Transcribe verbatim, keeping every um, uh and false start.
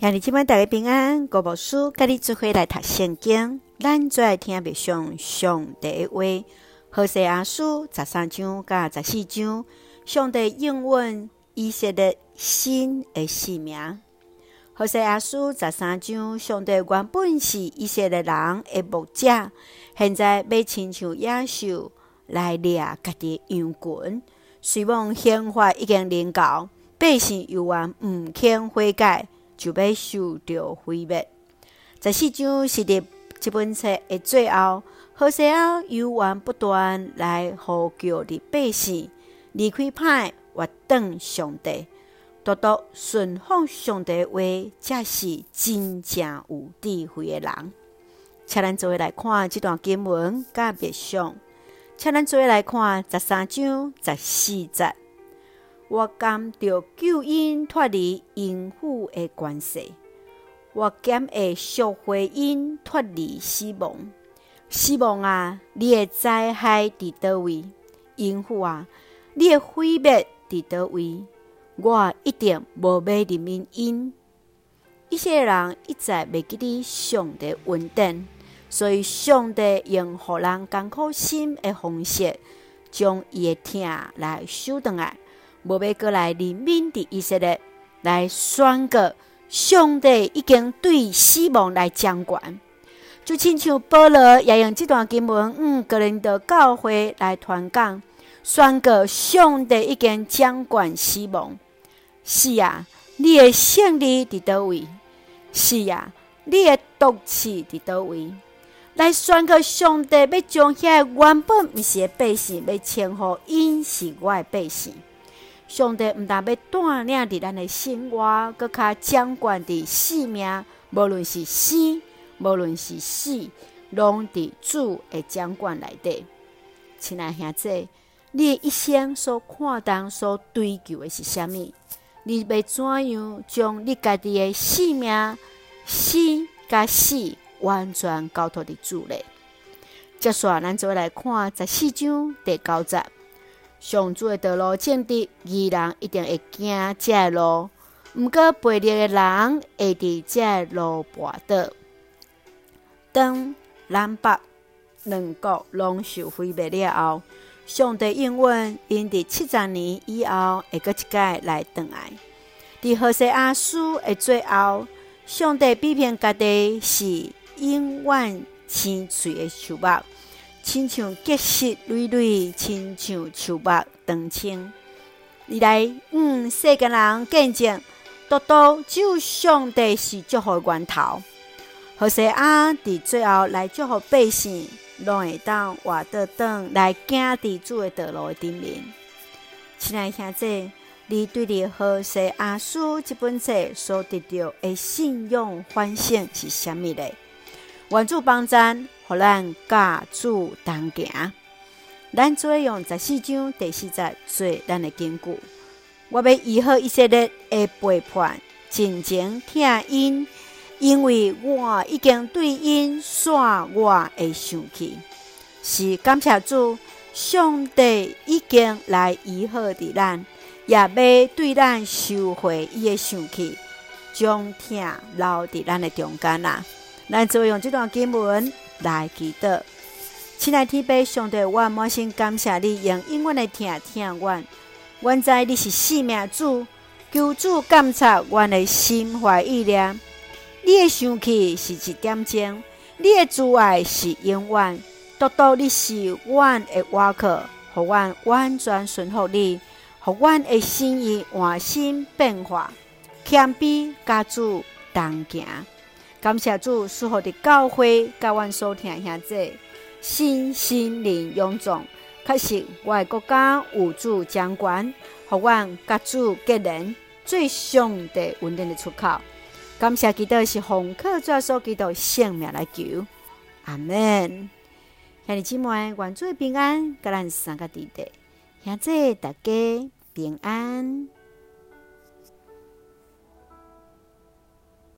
兄弟姊妹大家平安，郭牧师甲你做伙来读圣经，咱做来听默想上帝的话。何西阿书十三章甲十四章，上帝应允以色列新的使命。何西阿书十三章，上帝原本是以色列人的牧者，现在要亲像野兽来掠家己的羊群，虽望宪法已经临到，百姓犹原毋肯悔改，就要受到毁灭。十四章是伫这本册的最后，何西阿犹原不断来呼叫伫百姓离开歹，活等上帝，独独顺服上帝的话，才是真正有智慧的人。请咱做伙来看这段经文甲默想，请咱做伙来看十三章十四节。我甘着救因脱离淫妇的关系，我减会赎回因脱离死亡。死亡啊，你的灾害伫倒位？淫妇啊，你的毁灭伫倒位？我一定无要怜悯因。以色列人一再袂记得上帝恩典，所以上帝用互人艰苦心的方式，将伊的疼来收回来。无要过来怜悯伫以色列，来宣告上帝已经对死亡来掌管。就亲像保罗也用这段经文，嗯，哥林多教会来传讲，宣告上帝已经掌管死亡。是啊，你的胜利伫倒位？是啊，你的毒气伫倒位？来宣告上帝要将遐原本毋是的百姓，要称呼因是我的百姓。上帝毋但要带领伫咱的生活，搁较掌管伫生命，无论是生，无论是死，拢伫主的掌管内底。亲爱兄弟，你的一生所看重、所追求的是啥物？你要怎样将你家己的生命、生甲死完全交托伫主咧？接续咱做来看十四章第九节。上主的道路正直，义人一定会行这个路，毋过悖逆的人会伫这个路跋倒。当南北两国拢受毁灭了后，上帝应允因伫七十年以后会搁一届来回来。伫何西阿书的最后，上帝批评家己是永远青翠的树木，亲像结实累累，亲像树木长青。你来嗯，世间人见证，独独只有上帝是祝福的源头。何西阿伫最后来祝福百姓，拢会当活倒转来行伫主的道路的顶面。亲爱兄弟，你对伫何西阿书这本册所得到的信仰反省是啥物咧？愿主帮咱，互咱甲主同行。咱做用十四章第四节做咱的根据。我要医好以色列的背叛，真情疼因，因为我已经对因煞我的生气。是感谢主，上帝已经来医好伫咱，也要对咱收回伊的生气，将疼留伫咱的中间啦。咱做用这段经文来祈祷。亲爱的天父上帝，我满心感谢你用永远的疼疼阮。阮知你是生命主，求主监察阮的心怀意念。你的生气是一点钟，你的慈爱是永远。独独你是阮的倚靠，互阮完全顺服你，互阮的心意换心变化，谦卑甲主同行。感谢主赐福的教会，甲阮所听兄弟，心心灵勇壮，确实我的国家有主掌管，互阮甲主结连，最上帝稳定的出口。感谢祈祷是奉靠主所祈祷圣名来求，阿门。兄弟姊妹，愿主的平安，甲咱三个弟弟，兄弟大家平安。